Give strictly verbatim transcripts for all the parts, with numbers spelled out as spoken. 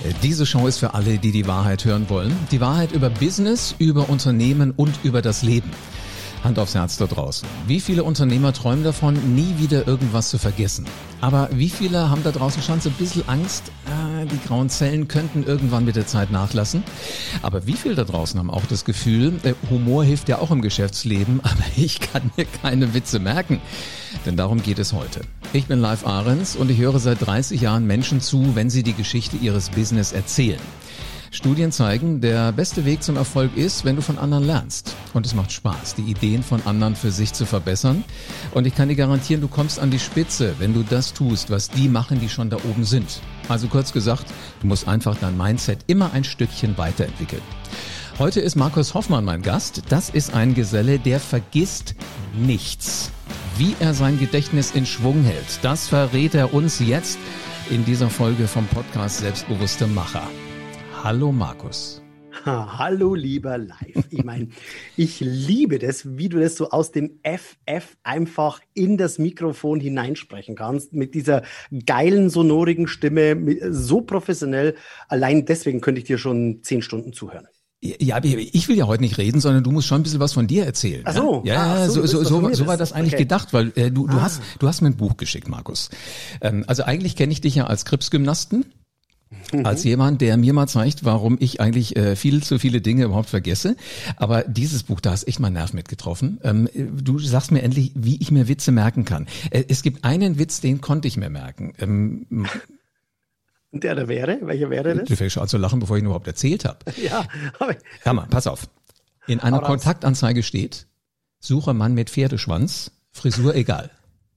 Diese Show ist für alle, die die Wahrheit hören wollen. Die Wahrheit über Business, über Unternehmen und über das Leben. Hand aufs Herz da draußen. Wie viele Unternehmer träumen davon, nie wieder irgendwas zu vergessen? Aber wie viele haben da draußen schon so ein bisschen Angst, äh, die grauen Zellen könnten irgendwann mit der Zeit nachlassen? Aber wie viele da draußen haben auch das Gefühl, äh, Humor hilft ja auch im Geschäftsleben, aber ich kann mir keine Witze merken. Denn darum geht es heute. Ich bin Live Ahrens und ich höre seit dreißig Jahren Menschen zu, wenn sie die Geschichte ihres Business erzählen. Studien zeigen, der beste Weg zum Erfolg ist, wenn du von anderen lernst. Und es macht Spaß, die Ideen von anderen für sich zu verbessern. Und ich kann dir garantieren, du kommst an die Spitze, wenn du das tust, was die machen, die schon da oben sind. Also kurz gesagt, du musst einfach dein Mindset immer ein Stückchen weiterentwickeln. Heute ist Markus Hoffmann mein Gast. Das ist ein Geselle, der vergisst nichts. Wie er sein Gedächtnis in Schwung hält, das verrät er uns jetzt in dieser Folge vom Podcast Selbstbewusste Macher. Hallo Markus. Hallo lieber Live. Ich meine, ich liebe das, wie du das so aus dem F F einfach in das Mikrofon hineinsprechen kannst, mit dieser geilen, sonorigen Stimme, so professionell. Allein deswegen könnte ich dir schon zehn Stunden zuhören. Ja, ich will ja heute nicht reden, sondern du musst schon ein bisschen was von dir erzählen. Ach so. Ja, ja, ah, so, so, so, so, so war das eigentlich okay. gedacht, weil äh, du, du ah. hast, du hast mir ein Buch geschickt, Markus. Ähm, also eigentlich kenne ich dich ja als Krebsgymnasten. Als jemand, der mir mal zeigt, warum ich eigentlich äh, viel zu viele Dinge überhaupt vergesse. Aber dieses Buch, da hast echt mal einen Nerv mitgetroffen. Ähm, du sagst mir endlich, wie ich mir Witze merken kann. Äh, es gibt einen Witz, den konnte ich mir merken. Ähm, Und der da wäre? Welcher wäre das? Du fängst schon an zu lachen, bevor ich ihn überhaupt erzählt habe. Ja. Aber Hör mal, pass auf. In einer Kontaktanzeige steht, suche Mann mit Pferdeschwanz, Frisur egal.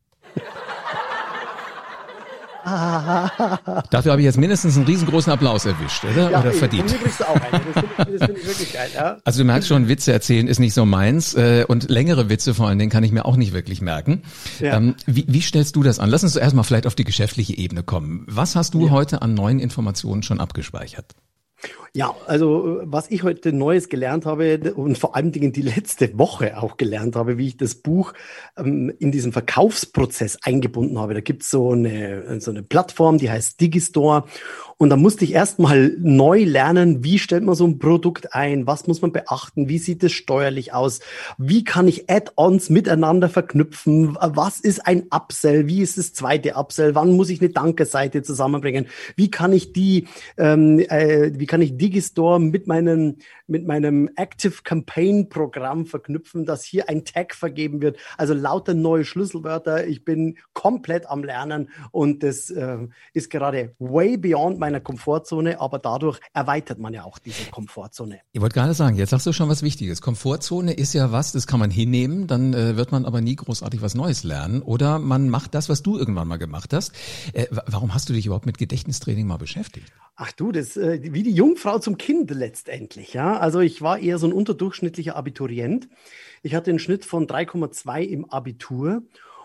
Dafür habe ich jetzt mindestens einen riesengroßen Applaus erwischt, oder? Ja, oder verdient. Von mir kriegst du auch eine. Das finde ich, das find ich wirklich geil. Ja. Also du merkst schon, Witze erzählen ist nicht so meins äh, und längere Witze vor allen Dingen kann ich mir auch nicht wirklich merken. Ja. Ähm, wie, wie stellst du das an? Lass uns erstmal vielleicht auf die geschäftliche Ebene kommen. Was hast du ja. heute an neuen Informationen schon abgespeichert? Ja, also was ich heute Neues gelernt habe und vor allen Dingen die letzte Woche auch gelernt habe, wie ich das Buch ähm, in diesen Verkaufsprozess eingebunden habe. Da gibt's so eine, so eine Plattform, die heißt Digistore. Und da musste ich erstmal neu lernen, wie stellt man so ein Produkt ein, was muss man beachten, wie sieht es steuerlich aus, wie kann ich Add-ons miteinander verknüpfen, was ist ein Upsell, wie ist das zweite Upsell, wann muss ich eine Danke-Seite zusammenbringen, wie kann ich die, ähm, äh, wie kann ich Digistore mit meinem mit meinem Active Campaign Programm verknüpfen, dass hier ein Tag vergeben wird. Also lauter neue Schlüsselwörter. Ich bin komplett am Lernen und das äh, ist gerade way beyond meiner Komfortzone, aber dadurch erweitert man ja auch diese Komfortzone. Ich wollte gerade sagen, jetzt sagst du schon was Wichtiges. Komfortzone ist ja was, das kann man hinnehmen, dann äh, wird man aber nie großartig was Neues lernen oder man macht das, was du irgendwann mal gemacht hast. Äh, warum hast du dich überhaupt mit Gedächtnistraining mal beschäftigt? Ach du, das äh, wie die Jungfrau zum Kind letztendlich, ja. Also ich war eher so ein unterdurchschnittlicher Abiturient. Ich hatte einen Schnitt von drei Komma zwei im Abitur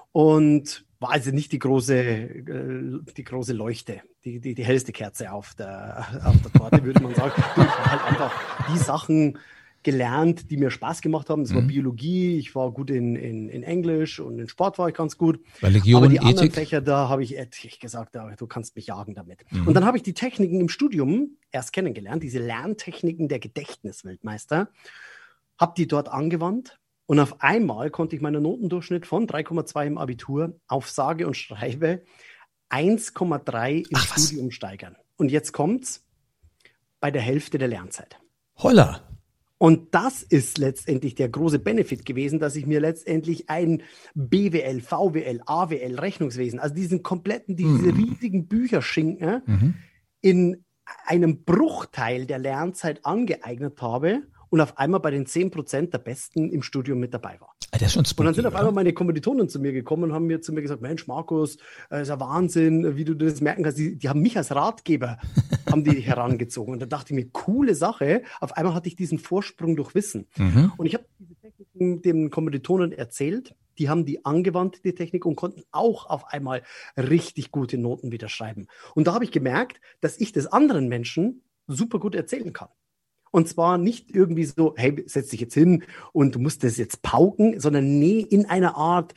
und war also nicht die große, äh, die große Leuchte, die, die, die hellste Kerze auf der, auf der Torte, würde man sagen. Ich habe halt einfach die Sachen gelernt, die mir Spaß gemacht haben. Das war mhm. Biologie, ich war gut in, in, in Englisch und in Sport war ich ganz gut. Religion, aber die Ethik? anderen Fächer, da habe ich ehrlich gesagt, da, du kannst mich jagen damit. Mhm. Und dann habe ich die Techniken im Studium erst kennengelernt, diese Lerntechniken der Gedächtnisweltmeister, habe die dort angewandt und auf einmal konnte ich meinen Notendurchschnitt von drei Komma zwei im Abitur auf sage und schreibe eins Komma drei im Ach, Studium was? steigern. Und jetzt kommt's bei der Hälfte der Lernzeit. Holla! Und das ist letztendlich der große Benefit gewesen, dass ich mir letztendlich ein B W L, V W L, A W L, Rechnungswesen, also diesen kompletten, diese mhm. riesigen Bücherschinken mhm. in einem Bruchteil der Lernzeit angeeignet habe und auf einmal bei den zehn Prozent der Besten im Studium mit dabei war. Das ist schon spooky, und dann sind auf oder? einmal meine Kommilitonen zu mir gekommen und haben mir zu mir gesagt, Mensch, Markus, äh, ist ja Wahnsinn, wie du das merken kannst. Die, die haben mich als Ratgeber haben die herangezogen. Und da dachte ich mir, coole Sache. Auf einmal hatte ich diesen Vorsprung durch Wissen. Mhm. Und ich habe diese Techniken den Kommilitonen erzählt. Die haben die angewandt, die Technik, und konnten auch auf einmal richtig gute Noten wieder schreiben. Und da habe ich gemerkt, dass ich das anderen Menschen super gut erzählen kann. Und zwar nicht irgendwie so, hey, setz dich jetzt hin und du musst das jetzt pauken, sondern nee, in einer Art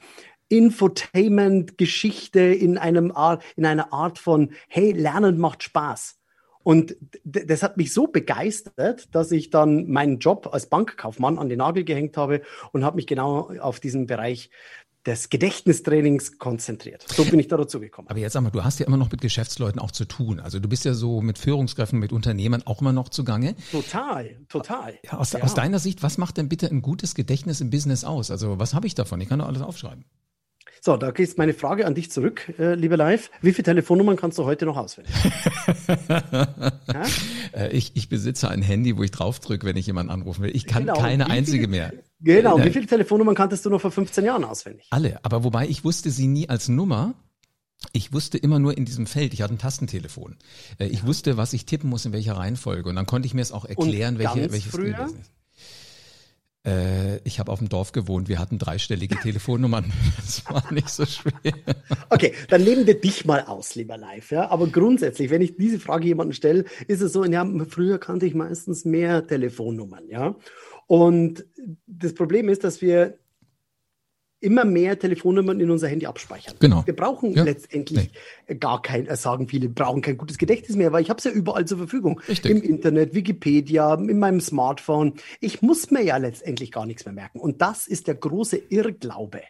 Infotainment-Geschichte, in einem Art, in einer Art von, hey, Lernen macht Spaß. Und d- das hat mich so begeistert, dass ich dann meinen Job als Bankkaufmann an den Nagel gehängt habe und habe mich genau auf diesen Bereich des Gedächtnistrainings konzentriert. So bin ich da dazu gekommen. Aber jetzt sag mal, du hast ja immer noch mit Geschäftsleuten auch zu tun. Also du bist ja so mit Führungskräften, mit Unternehmern auch immer noch zugange. Total, total. Ja, aus, Ja. aus deiner Sicht, was macht denn bitte ein gutes Gedächtnis im Business aus? Also was habe ich davon? Ich kann doch alles aufschreiben. So, da geht meine Frage an dich zurück, äh, lieber Live. Wie viele Telefonnummern kannst du heute noch auswendig? Ja? Äh, ich, ich besitze ein Handy, wo ich draufdrücke, wenn ich jemanden anrufen will. Ich kann Genau. keine Wie einzige viele- mehr. Genau. Äh, Wie viele Telefonnummern kanntest du noch vor fünfzehn Jahren auswendig? Alle. Aber wobei ich wusste sie nie als Nummer. Ich wusste immer nur in diesem Feld, ich hatte ein Tastentelefon. Äh, Ich wusste, was ich tippen muss, in welcher Reihenfolge. Und dann konnte ich mir es auch erklären, Und welche, ganz welches früher? gewesen ist. Äh, ich habe auf dem Dorf gewohnt, wir hatten dreistellige Telefonnummern. Das war nicht so schwer. Okay, dann nehmen wir dich mal aus, lieber Live. Ja? Aber grundsätzlich, wenn ich diese Frage jemandem stelle, ist es so, ja, früher kannte ich meistens mehr Telefonnummern. Ja? Und das Problem ist, dass wir immer mehr Telefonnummern in unser Handy abspeichern. Genau. Wir brauchen Ja. letztendlich gar kein, äh, sagen viele, brauchen kein gutes Gedächtnis mehr, weil ich habe es ja überall zur Verfügung. Richtig. Im Internet, Wikipedia, in meinem Smartphone. Ich muss mir ja letztendlich gar nichts mehr merken. Und das ist der große Irrglaube.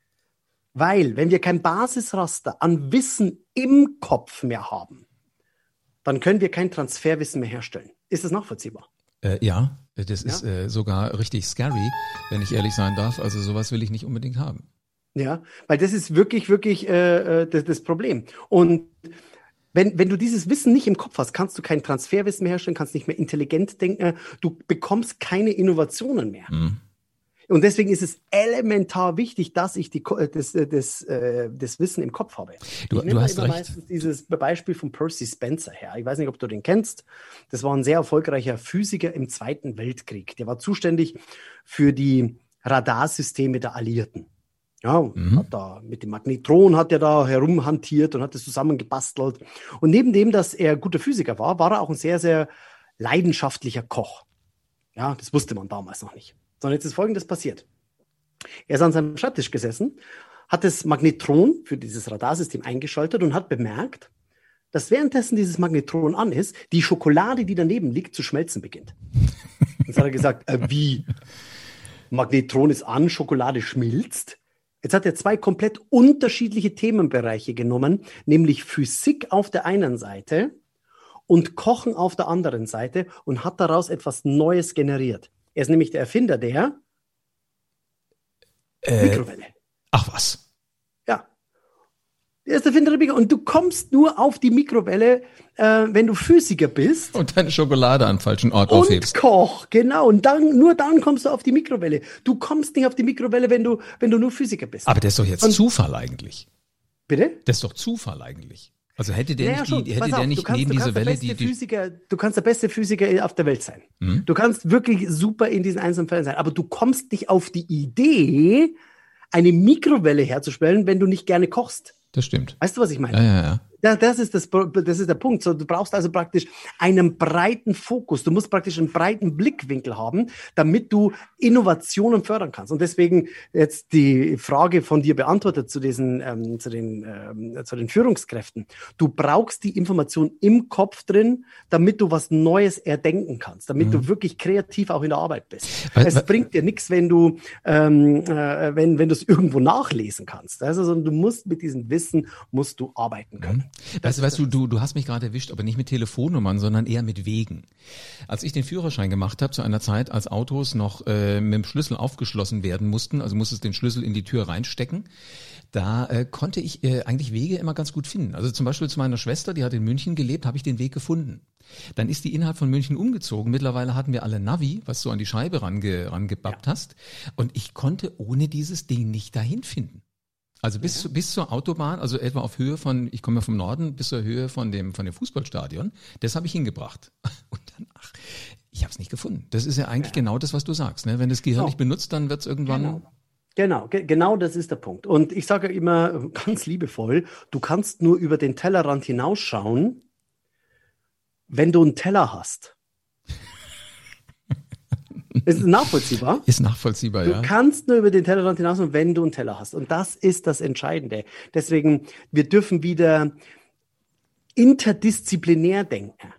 Weil, wenn wir kein Basisraster an Wissen im Kopf mehr haben, dann können wir kein Transferwissen mehr herstellen. Ist das nachvollziehbar? Äh, ja, das Ja. ist äh, sogar richtig scary, wenn ich ehrlich sein darf. Also sowas will ich nicht unbedingt haben. Ja, weil das ist wirklich, wirklich äh, äh, das, das Problem. Und wenn, wenn du dieses Wissen nicht im Kopf hast, kannst du kein Transferwissen mehr herstellen, kannst nicht mehr intelligent denken, du bekommst keine Innovationen mehr. Mhm. Und deswegen ist es elementar wichtig, dass ich die, Ko- äh, das, äh, das, äh, das Wissen im Kopf habe. Du- ich du nehme hast immer recht. meistens dieses Beispiel von Percy Spencer her. Ich weiß nicht, ob du den kennst. Das war ein sehr erfolgreicher Physiker im Zweiten Weltkrieg. Der war zuständig für die Radarsysteme der Alliierten. Ja, Mhm. hat da mit dem Magnetron hat er da herumhantiert und hat das zusammengebastelt. Und neben dem, dass er guter Physiker war, war er auch ein sehr, sehr leidenschaftlicher Koch. Ja, das wusste man damals noch nicht. Sondern jetzt ist Folgendes passiert. Er ist an seinem Schreibtisch gesessen, hat das Magnetron für dieses Radarsystem eingeschaltet und hat bemerkt, dass währenddessen dieses Magnetron an ist, die Schokolade, die daneben liegt, zu schmelzen beginnt. Jetzt hat er gesagt, äh, wie? Magnetron ist an, Schokolade schmilzt. Jetzt hat er zwei komplett unterschiedliche Themenbereiche genommen, nämlich Physik auf der einen Seite und Kochen auf der anderen Seite und hat daraus etwas Neues generiert. Er ist nämlich der Erfinder der Äh, Mikrowelle. ach was. Ja. Der ist der Erfinder der Mikrowelle. Und du kommst nur auf die Mikrowelle, äh, wenn du Physiker bist. Und deine Schokolade an falschen Ort Und aufhebst. Koch, genau. Und dann, nur dann kommst du auf die Mikrowelle. Du kommst nicht auf die Mikrowelle, wenn du, wenn du nur Physiker bist. Aber das ist doch jetzt Und- Zufall eigentlich. Bitte? Das ist doch Zufall eigentlich. Also hätte der Naja, nicht, schon. die, hätte Pass der auf, nicht du kannst, neben du diese kannst der Welle, beste die, die Physiker, du kannst der beste Physiker auf der Welt sein. Mhm. Du kannst wirklich super in diesen einzelnen Fällen sein, aber du kommst nicht auf die Idee, eine Mikrowelle herzustellen, wenn du nicht gerne kochst. das stimmt. Weißt du, was ich meine? Ja, ja, ja. Ja, das ist das, das ist der Punkt. So, du brauchst also praktisch einen breiten Fokus. Du musst praktisch einen breiten Blickwinkel haben, damit du Innovationen fördern kannst. Und deswegen jetzt die Frage von dir beantwortet zu diesen, ähm, zu den, ähm, zu den Führungskräften. Du brauchst die Information im Kopf drin, damit du was Neues erdenken kannst, damit Mhm. du wirklich kreativ auch in der Arbeit bist. Weil- es weil- bringt dir nichts, wenn du, ähm, äh, wenn, wenn du es irgendwo nachlesen kannst. Also, sondern du musst mit diesem Wissen musst du arbeiten können. Weißt, du, weißt du, du, du hast mich gerade erwischt, aber nicht mit Telefonnummern, sondern eher mit Wegen. Als ich den Führerschein gemacht habe, zu einer Zeit, als Autos noch äh, mit dem Schlüssel aufgeschlossen werden mussten, also musstest den Schlüssel in die Tür reinstecken, da äh, konnte ich äh, eigentlich Wege immer ganz gut finden. Also zum Beispiel zu meiner Schwester, die hat in München gelebt, habe ich den Weg gefunden. Dann ist die innerhalb von München umgezogen. Mittlerweile hatten wir alle Navi, was du an die Scheibe range, rangebappt hast. Und ich konnte ohne dieses Ding nicht dahin finden. Also bis, zu, bis zur Autobahn, also etwa auf Höhe von, ich komme ja vom Norden, bis zur Höhe von dem, von dem Fußballstadion, das habe ich hingebracht. Und dann, ach, ich habe es nicht gefunden. Das ist ja eigentlich Ja. genau das, was du sagst. Ne? Wenn das Gehirn So. nicht benutzt, dann wird es irgendwann... Genau. Genau, ge genau das ist der Punkt. Und ich sage immer äh, ganz liebevoll, du kannst nur über den Tellerrand hinausschauen, wenn du einen Teller hast. Ist es nachvollziehbar? Ist nachvollziehbar, Du ja. kannst nur über den Tellerrand hinaus, wenn du einen Teller hast. Und das ist das Entscheidende. Deswegen, wir dürfen wieder interdisziplinär denken.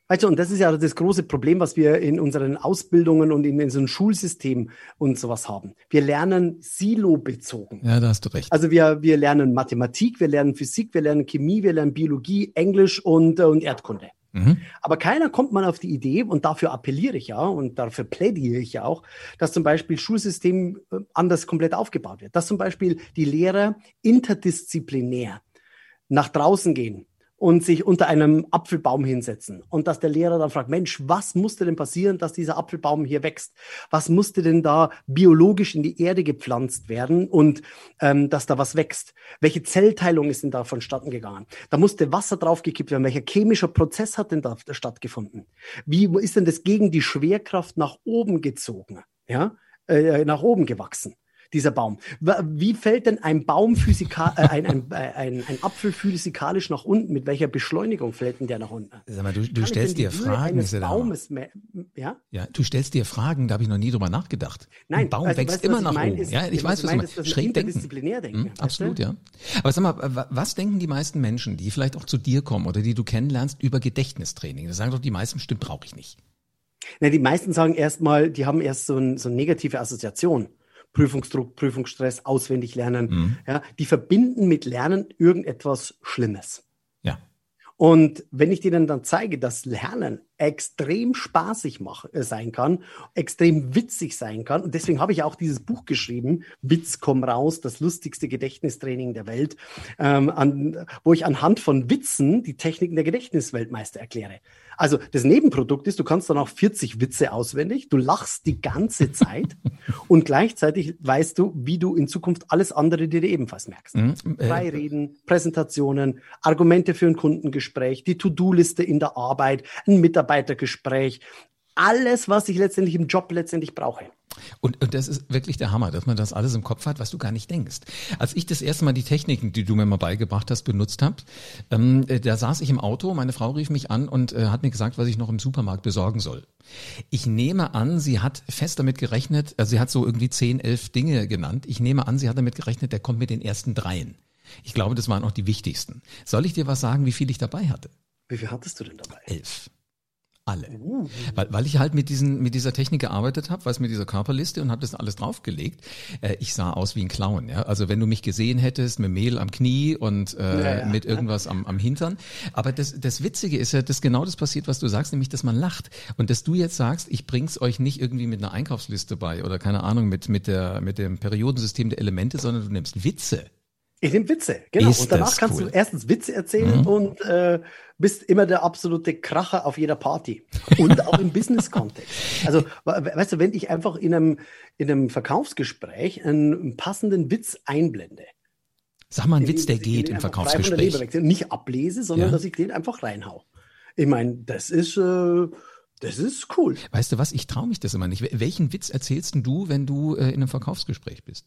Weißt du, und das ist ja das große Problem, was wir in unseren Ausbildungen und in, in so einem Schulsystem und sowas haben. Wir lernen silobezogen. Ja, da hast du recht. Also wir, wir lernen Mathematik, wir lernen Physik, wir lernen Chemie, wir lernen Biologie, Englisch und, und Erdkunde. Mhm. Aber keiner kommt mal auf die Idee, und dafür appelliere ich ja und dafür plädiere ich ja auch, dass zum Beispiel Schulsystem anders komplett aufgebaut wird. Dass zum Beispiel die Lehrer interdisziplinär nach draußen gehen und sich unter einem Apfelbaum hinsetzen und dass der Lehrer dann fragt, Mensch, was musste denn passieren, dass dieser Apfelbaum hier wächst? Was musste denn da biologisch in die Erde gepflanzt werden und ähm, dass da was wächst? Welche Zellteilung ist denn da vonstatten gegangen? Da musste Wasser draufgekippt werden. Welcher chemische Prozess hat denn da stattgefunden? Wie ist denn das gegen die Schwerkraft nach oben gezogen? Ja, äh, nach oben gewachsen? Dieser Baum. Wie fällt denn ein Baum physikal, äh, ein, ein, ein, ein Apfel physikalisch nach unten? Mit welcher Beschleunigung fällt denn der nach unten? Sag mal, du, du stellst dir Fragen. Ist Baumes mehr, ja? Ja, du stellst dir Fragen, da habe ich noch nie drüber nachgedacht. Nein, ein Baum also, wächst weißt du, immer nach mein, oben. ist, Ja, ich weiß, was du meinst. Schräg denken. denken hm, absolut, ja. Aber sag mal, was denken die meisten Menschen, die vielleicht auch zu dir kommen oder die du kennenlernst, über Gedächtnistraining? Das sagen doch die meisten, stimmt, brauche ich nicht. Na, die meisten sagen erstmal, die haben erst so, ein, so eine negative Assoziation. Prüfungsdruck, Prüfungsstress, auswendig lernen. Mhm. Ja, die verbinden mit Lernen irgendetwas Schlimmes. Ja. Und wenn ich denen dann zeige, dass Lernen extrem spaßig mach, äh, sein kann, extrem witzig sein kann, und deswegen habe ich auch dieses Buch geschrieben, Witz, komm raus, das lustigste Gedächtnistraining der Welt, ähm, an, wo ich anhand von Witzen die Techniken der Gedächtnisweltmeister erkläre. Also das Nebenprodukt ist, du kannst dann auch vierzig Witze auswendig, du lachst die ganze Zeit und gleichzeitig weißt du, wie du in Zukunft alles andere dir ebenfalls merkst. Mhm, äh, Freireden, Präsentationen, Argumente für ein Kundengespräch, die To-Do-Liste in der Arbeit, ein Mitarbeitergespräch, alles, was ich letztendlich im Job letztendlich brauche. Und, und das ist wirklich der Hammer, dass man das alles im Kopf hat, was du gar nicht denkst. Als ich das erste Mal die Techniken, die du mir mal beigebracht hast, benutzt habe, ähm, da saß ich im Auto, meine Frau rief mich an und äh, hat mir gesagt, was ich noch im Supermarkt besorgen soll. Ich nehme an, sie hat fest damit gerechnet, also sie hat so irgendwie zehn, elf Dinge genannt. Ich nehme an, sie hat damit gerechnet, der kommt mit den ersten dreien. Ich glaube, das waren auch die wichtigsten. Soll ich dir was sagen, wie viel ich dabei hatte? Wie viel hattest du denn dabei? Elf. Alle. Uh. Weil, weil ich halt mit diesen mit dieser Technik gearbeitet habe, weiß mit dieser Körperliste und habe das alles draufgelegt. Äh, ich sah aus wie ein Clown. Ja? Also wenn du mich gesehen hättest mit Mehl am Knie und äh, ja, ja. mit irgendwas am, am Hintern. Aber das, das Witzige ist ja, dass genau das passiert, was du sagst, nämlich, dass man lacht. Und dass du jetzt sagst, ich bring's euch nicht irgendwie mit einer Einkaufsliste bei oder keine Ahnung mit mit der mit dem Periodensystem der Elemente, sondern du nimmst Witze. Ich nehme Witze, genau. Ist und danach kannst cool. du erstens Witze erzählen mhm. und äh, bist immer der absolute Kracher auf jeder Party. Und auch im Business-Kontext. Also, weißt du, wenn ich einfach in einem, in einem Verkaufsgespräch einen passenden Witz einblende. Sag mal einen Witz, der geht im Verkaufsgespräch. Nicht ablese, sondern ja. dass ich den einfach reinhau. Ich meine, das ist... Äh, Das ist cool. Weißt du was, ich traue mich das immer nicht. Welchen Witz erzählst denn du, wenn du äh, in einem Verkaufsgespräch bist?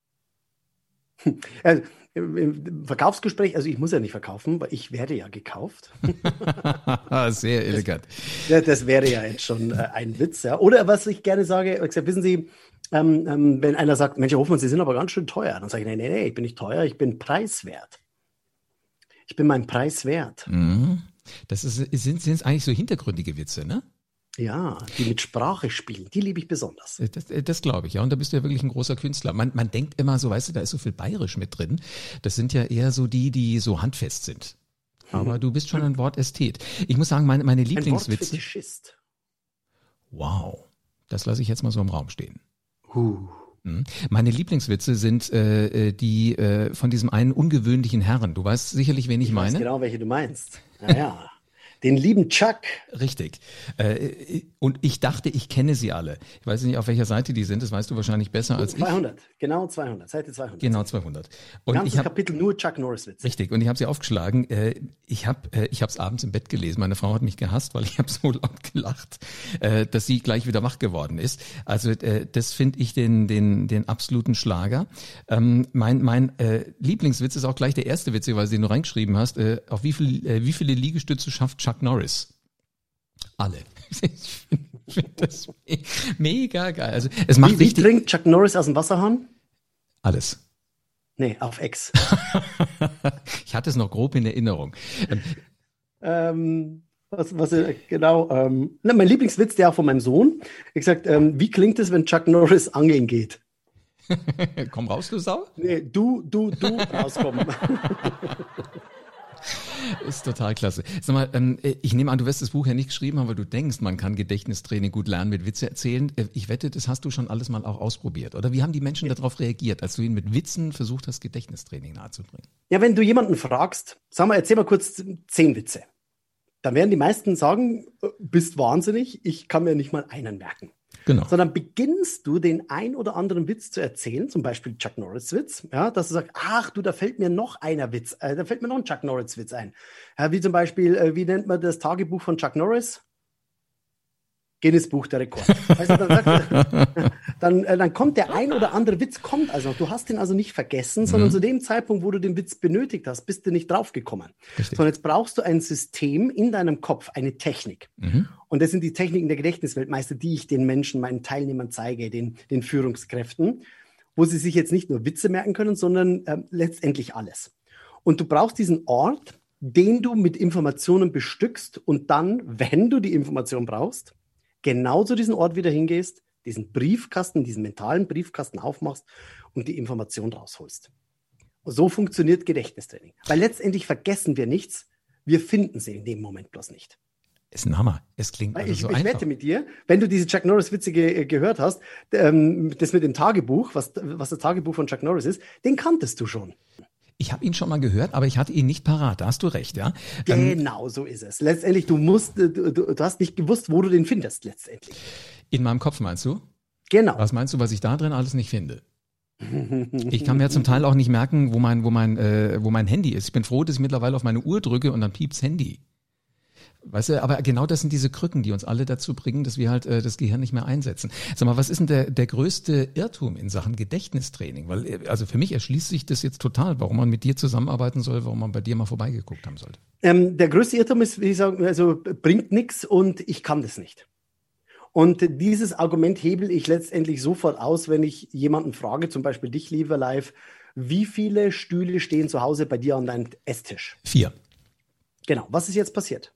Also, im Verkaufsgespräch, also ich muss ja nicht verkaufen, weil ich werde ja gekauft. Sehr elegant. Das, das wäre ja jetzt schon äh, ein Witz. Ja. Oder was ich gerne sage, gesagt, wissen Sie, ähm, ähm, wenn einer sagt, Mensch, Herr Hofmann, Sie sind aber ganz schön teuer, dann sage ich, nee, nee, nee, ich bin nicht teuer, ich bin preiswert. Ich bin mein Preis wert. Mhm. Das ist, sind sind es eigentlich so hintergründige Witze, ne? Ja, die mit Sprache spielen, die liebe ich besonders. Das, das glaube ich, ja. Und da bist du ja wirklich ein großer Künstler. Man, man denkt immer so, weißt du, da ist so viel Bayerisch mit drin. Das sind ja eher so die, die so handfest sind. Aber mhm. du bist schon ein Wortästhet. Ich muss sagen, meine, meine Lieblingswitze. Ein Wortfetischist. Wow, das lasse ich jetzt mal so im Raum stehen. Uh. Meine Lieblingswitze sind äh, die äh, von diesem einen ungewöhnlichen Herrn. Du weißt sicherlich, wen ich, ich meine. Ich weiß genau, welche du meinst. Naja. Den lieben Chuck. Richtig. Äh, und ich dachte, ich kenne sie alle. Ich weiß nicht, auf welcher Seite die sind. Das weißt du wahrscheinlich besser als zweihundert. Ich. Genau zweihundert. Seite zweihundert. Genau zweihundert. Und ganzes ich hab, Kapitel nur Chuck Norris-Witze. Richtig. Und ich habe sie aufgeschlagen. Äh, ich habe äh, ich habe es abends im Bett gelesen. Meine Frau hat mich gehasst, weil ich habe so laut gelacht, äh, dass sie gleich wieder wach geworden ist. Also äh, das finde ich den den den absoluten Schlager. Ähm, mein mein äh, Lieblingswitz ist auch gleich der erste Witz, weil den du reingeschrieben hast. Äh, auf wie viel äh, wie viele Liegestütze schafft Chuck Norris? Alle. Ich finde das mega geil. Also es macht wie, wie richtig. Trinkt Chuck Norris aus dem Wasserhahn? Alles. Nee, auf Ex. Ich hatte es noch grob in Erinnerung. Ähm, Was, was, genau. Ähm, na, mein Lieblingswitz, der auch von meinem Sohn. Ich gesagt, ähm, wie klingt es, wenn Chuck Norris angeln geht? Komm raus, du Sau. Nee, du, du, du rauskommen. Ist total klasse. Sag mal, ähm, ich nehme an, du wirst das Buch ja nicht geschrieben haben, weil du denkst, man kann Gedächtnistraining gut lernen mit Witze erzählen. Ich wette, das hast du schon alles mal auch ausprobiert. Oder wie haben die Menschen darauf reagiert, als du ihnen mit Witzen versucht hast, Gedächtnistraining nahezubringen? Ja, wenn du jemanden fragst, sag mal, erzähl mal kurz zehn Witze. Dann werden die meisten sagen, bist wahnsinnig, ich kann mir nicht mal einen merken. Genau. Sondern beginnst du, den ein oder anderen Witz zu erzählen, zum Beispiel Chuck Norris-Witz, ja, dass du sagst, ach du, da fällt mir noch einer Witz, äh, da fällt mir noch ein Chuck Norris-Witz ein. Ja, wie zum Beispiel, äh, wie nennt man das Tagebuch von Chuck Norris? Guinness Buch der Rekorde. Also dann, sagt, dann, äh, dann kommt der ein oder andere Witz, kommt also. Du hast den also nicht vergessen, sondern mhm. zu dem Zeitpunkt, wo du den Witz benötigt hast, bist du nicht draufgekommen. Richtig. Sondern jetzt brauchst du ein System in deinem Kopf, eine Technik. Mhm. Und das sind die Techniken der Gedächtnisweltmeister, die ich den Menschen, meinen Teilnehmern zeige, den, den Führungskräften, wo sie sich jetzt nicht nur Witze merken können, sondern äh, letztendlich alles. Und du brauchst diesen Ort, den du mit Informationen bestückst und dann, wenn du die Information brauchst, genau zu diesem Ort wieder hingehst, diesen Briefkasten, diesen mentalen Briefkasten aufmachst und die Information rausholst. Und so funktioniert Gedächtnistraining. Weil letztendlich vergessen wir nichts, wir finden sie in dem Moment bloß nicht. Ist ein Hammer. Es klingt also ich, so ich einfach. Ich wette mit dir, wenn du diese Chuck Norris-Witze ge- gehört hast, ähm, das mit dem Tagebuch, was, was das Tagebuch von Chuck Norris ist, den kanntest du schon. Ich habe ihn schon mal gehört, aber ich hatte ihn nicht parat. Da hast du recht, ja? Genau, so ist es. Letztendlich, du musst, du, du, du hast nicht gewusst, wo du den findest, letztendlich. In meinem Kopf meinst du? Genau. Was meinst du, was ich da drin alles nicht finde? Ich kann mir zum Teil auch nicht merken, wo mein, wo mein, äh, wo mein Handy ist. Ich bin froh, dass ich mittlerweile auf meine Uhr drücke und dann piept's Handy. Weißt du, aber genau das sind diese Krücken, die uns alle dazu bringen, dass wir halt äh, das Gehirn nicht mehr einsetzen. Sag mal, was ist denn der, der größte Irrtum in Sachen Gedächtnistraining? Weil, also für mich erschließt sich das jetzt total, warum man mit dir zusammenarbeiten soll, warum man bei dir mal vorbeigeguckt haben sollte. Ähm, der größte Irrtum ist, wie ich sage, also bringt nichts und ich kann das nicht. Und dieses Argument hebel ich letztendlich sofort aus, wenn ich jemanden frage, zum Beispiel dich, lieber Live, wie viele Stühle stehen zu Hause bei dir an deinem Esstisch? Vier. Genau. Was ist jetzt passiert?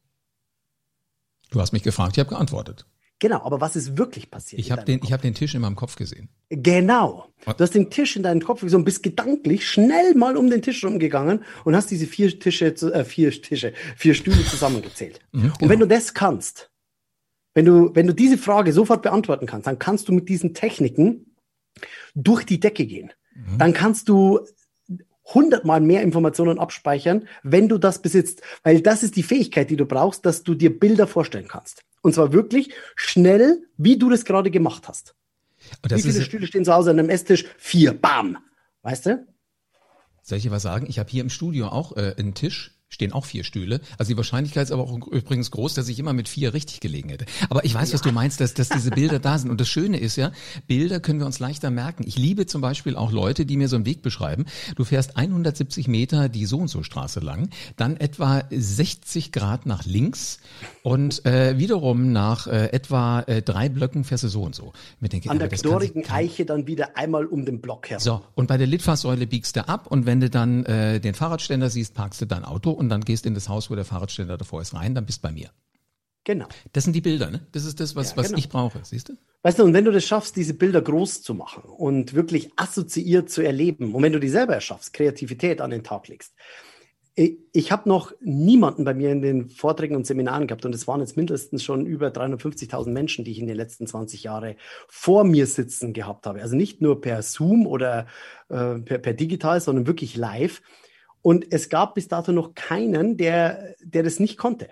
Du hast mich gefragt, ich habe geantwortet. Genau, aber was ist wirklich passiert? Ich habe den, ich hab den Tisch in meinem Kopf gesehen. Genau. Du hast den Tisch in deinem Kopf gesehen und bist gedanklich schnell mal um den Tisch rumgegangen und hast diese vier Tische, äh, vier Tische, vier Stühle zusammengezählt. Mhm, genau. Und wenn du das kannst, wenn du, wenn du diese Frage sofort beantworten kannst, dann kannst du mit diesen Techniken durch die Decke gehen. Mhm. Dann kannst du hundertmal mehr Informationen abspeichern, wenn du das besitzt. Weil das ist die Fähigkeit, die du brauchst, dass du dir Bilder vorstellen kannst. Und zwar wirklich schnell, wie du das gerade gemacht hast. Wie viele Stühle stehen zu Hause an einem Esstisch? Vier. Bam. Weißt du? Soll ich dir was sagen? Ich habe hier im Studio auch äh, einen Tisch. Stehen auch vier Stühle. Also die Wahrscheinlichkeit ist aber auch übrigens groß, dass ich immer mit vier richtig gelegen hätte. Aber ich weiß, ja. was du meinst, dass, dass diese Bilder da sind. Und das Schöne ist ja, Bilder können wir uns leichter merken. Ich liebe zum Beispiel auch Leute, die mir so einen Weg beschreiben. Du fährst hundertsiebzig Meter die so und so Straße lang, dann etwa sechzig Grad nach links und äh, wiederum nach äh, etwa äh, drei Blöcken fährst du so und so. Ich denke, An der knorrigen Eiche dann wieder einmal um den Block herum. So, und bei der Litfaßsäule biegst du ab und wenn du dann äh, den Fahrradständer siehst, parkst du dein Auto und dann gehst in das Haus, wo der Fahrradständer davor ist, rein, dann bist du bei mir. Genau. Das sind die Bilder, ne? Das ist das, was, ja, was genau. ich brauche, siehst du? Weißt du, und wenn du das schaffst, diese Bilder groß zu machen und wirklich assoziiert zu erleben, und wenn du die selber erschaffst, Kreativität an den Tag legst. Ich, ich habe noch niemanden bei mir in den Vorträgen und Seminaren gehabt, und es waren jetzt mindestens schon über dreihundertfünfzigtausend Menschen, die ich in den letzten zwanzig Jahren vor mir sitzen gehabt habe. Also nicht nur per Zoom oder äh, per, per digital, sondern wirklich live. Und es gab bis dato noch keinen, der, der das nicht konnte.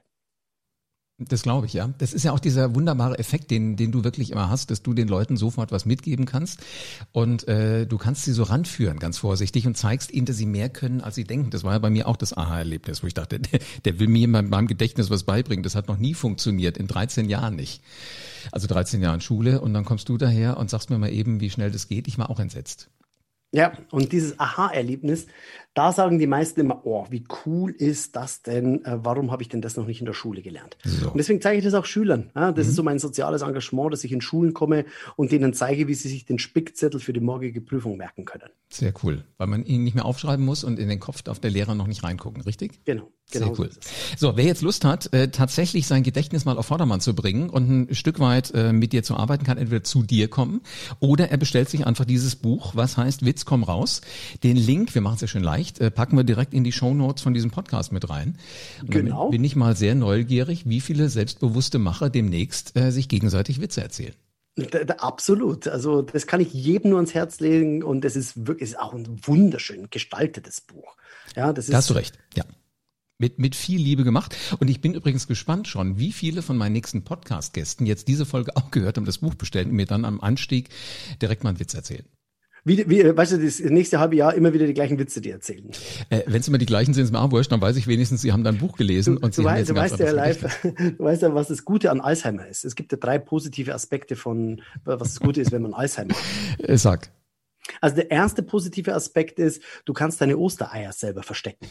Das glaube ich, ja. Das ist ja auch dieser wunderbare Effekt, den, den du wirklich immer hast, dass du den Leuten sofort was mitgeben kannst. Und äh, du kannst sie so ranführen, ganz vorsichtig, und zeigst ihnen, dass sie mehr können, als sie denken. Das war ja bei mir auch das Aha-Erlebnis, wo ich dachte, der, der will mir in meinem, meinem Gedächtnis was beibringen. Das hat noch nie funktioniert, in dreizehn Jahren nicht. Also dreizehn Jahren Schule, und dann kommst du daher und sagst mir mal eben, wie schnell das geht. Ich war auch entsetzt. Ja, und dieses Aha-Erlebnis, da sagen die meisten immer, oh, wie cool ist das denn? Äh, warum habe ich denn das noch nicht in der Schule gelernt? So. Und deswegen zeige ich das auch Schülern. Ja, das mhm. ist so mein soziales Engagement, dass ich in Schulen komme und denen zeige, wie sie sich den Spickzettel für die morgige Prüfung merken können. Sehr cool, weil man ihn nicht mehr aufschreiben muss und in den Kopf darf der Lehrer noch nicht reingucken, richtig? Genau. Genau Sehr cool. So ist es. So, wer jetzt Lust hat, äh, tatsächlich sein Gedächtnis mal auf Vordermann zu bringen und ein Stück weit äh, mit dir zu arbeiten, kann entweder zu dir kommen oder er bestellt sich einfach dieses Buch, was heißt Witz, komm raus. Den Link, wir machen es ja schön leicht, äh, packen wir direkt in die Shownotes von diesem Podcast mit rein. Und Genau. Bin ich mal sehr neugierig, wie viele selbstbewusste Macher demnächst äh, sich gegenseitig Witze erzählen. Da, da, absolut. Also das kann ich jedem nur ans Herz legen und es ist wirklich ist auch ein wunderschön gestaltetes Buch. Ja, das ist. Da hast du recht, ja. Mit, mit viel Liebe gemacht. Und ich bin übrigens gespannt schon, wie viele von meinen nächsten Podcast-Gästen jetzt diese Folge auch gehört haben, das Buch bestellt und mir dann am Anstieg direkt mal einen Witz erzählen. Wie, wie, weißt du, das nächste halbe Jahr immer wieder die gleichen Witze, die erzählen. Äh, Wenn es immer die gleichen sind, ist mir auch wurscht, dann weiß ich wenigstens, Sie haben da ein Buch gelesen. Du, und Sie du, haben weißt, jetzt du, ein ganz weißt ja anderes live, Gedicht. du weißt ja, was das Gute an Alzheimer ist. Es gibt ja drei positive Aspekte von, was das Gute ist, wenn man Alzheimer hat. Äh, Sag. Also der erste positive Aspekt ist, du kannst deine Ostereier selber verstecken.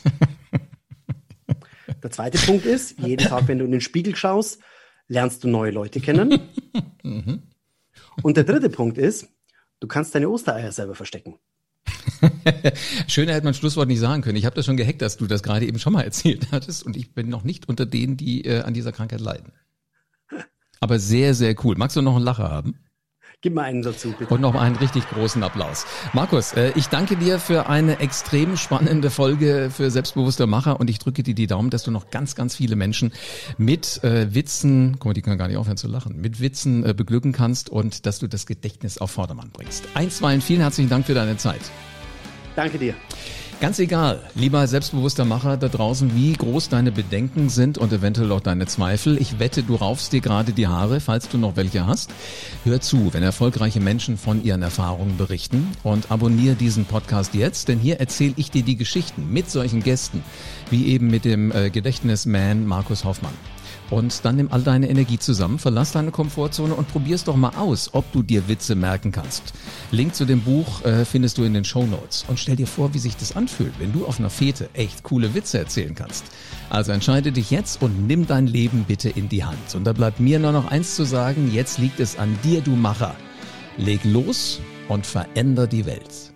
Der zweite Punkt ist, jeden Tag, wenn du in den Spiegel schaust, lernst du neue Leute kennen. Und der dritte Punkt ist, du kannst deine Ostereier selber verstecken. Schöner hätte man Schlusswort nicht sagen können. Ich habe das schon gehackt, dass du das gerade eben schon mal erzählt hattest und ich bin noch nicht unter denen, die äh, an dieser Krankheit leiden. Aber sehr, sehr cool. Magst du noch einen Lacher haben? Gib mal einen dazu, bitte. Und noch einen richtig großen Applaus. Markus, äh, ich danke dir für eine extrem spannende Folge für selbstbewusste Macher und ich drücke dir die Daumen, dass du noch ganz, ganz viele Menschen mit äh, Witzen, guck mal, die können gar nicht aufhören zu lachen, mit Witzen äh, beglücken kannst und dass du das Gedächtnis auf Vordermann bringst. Einstweilen vielen herzlichen Dank für deine Zeit. Danke dir. Ganz egal, lieber selbstbewusster Macher da draußen, wie groß deine Bedenken sind und eventuell auch deine Zweifel. Ich wette, du raufst dir gerade die Haare, falls du noch welche hast. Hör zu, wenn erfolgreiche Menschen von ihren Erfahrungen berichten und abonniere diesen Podcast jetzt, denn hier erzähle ich dir die Geschichten mit solchen Gästen, wie eben mit dem äh, Gedächtnisman Markus Hoffmann. Und dann nimm all deine Energie zusammen, verlass deine Komfortzone und probier's doch mal aus, ob du dir Witze merken kannst. Link zu dem Buch äh, findest du in den Shownotes. Und stell dir vor, wie sich das anfühlt, wenn du auf einer Fete echt coole Witze erzählen kannst. Also entscheide dich jetzt und nimm dein Leben bitte in die Hand. Und da bleibt mir nur noch eins zu sagen, jetzt liegt es an dir, du Macher. Leg los und veränder die Welt.